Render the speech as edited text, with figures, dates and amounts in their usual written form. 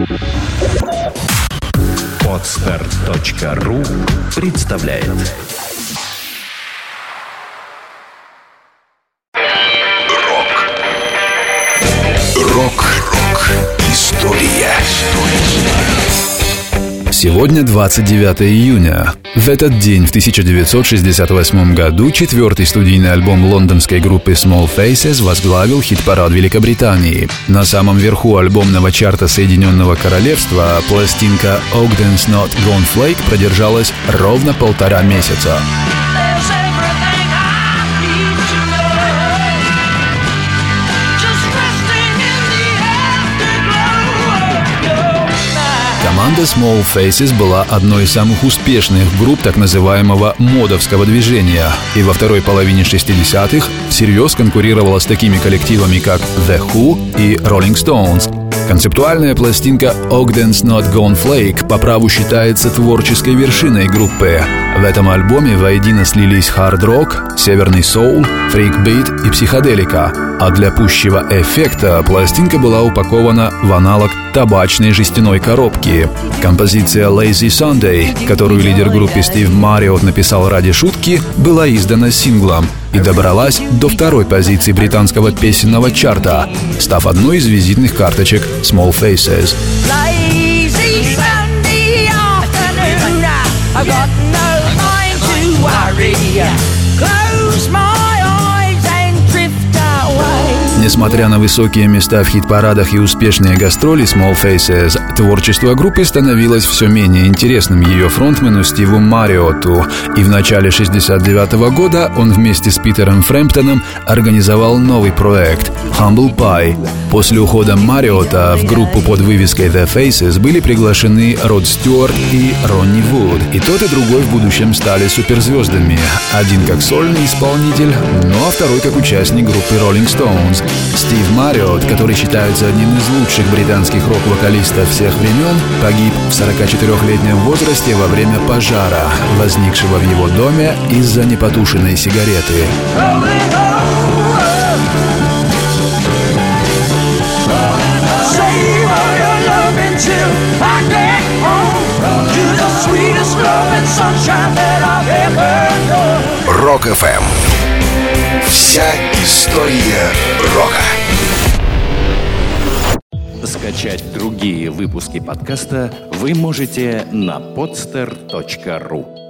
Podster.ru представляет. Рок. История. Сегодня 29 июня. В этот день, в 1968 году, четвертый студийный альбом лондонской группы Small Faces возглавил хит-парад Великобритании. На самом верху альбомного чарта Соединенного Королевства пластинка Ogden's Not Gone Flake продержалась ровно 1,5 месяца. Команда Small Faces была одной из самых успешных групп так называемого модовского движения и во второй половине 60-х всерьез конкурировала с такими коллективами, как The Who и Rolling Stones. Концептуальная пластинка Ogden's Not Gone Flake по праву считается творческой вершиной группы. В этом альбоме воедино слились хард-рок, северный соул, фрик-бит и психоделика, а для пущего эффекта пластинка была упакована в аналог табачной жестяной коробки. Композиция Lazy Sunday, которую лидер группы Стив Марриотт написал ради шутки, была издана синглом и добралась до второй позиции британского песенного чарта, став одной из визитных карточек Small Faces. Несмотря на высокие места в хит-парадах и успешные гастроли Small Faces, творчество группы становилось все менее интересным ее фронтмену Стиву Марриотту, и в начале 1969 года он вместе с Питером Фрэмптоном организовал новый проект Humble Pie. После ухода Марриотта в группу под вывеской The Faces были приглашены Род Стюарт и Ронни Вуд, и тот и другой в будущем стали суперзвездами, один как сольный исполнитель, ну а второй как участник группы Rolling Stones. Стив Марриотт, который считается одним из лучших британских рок-вокалистов всех времен, погиб в 44-летнем возрасте во время пожара, возникшего в его доме из-за непотушенной сигареты. Рок-ФМ. Вся история рока. Скачать другие выпуски подкаста вы можете на podster.ru.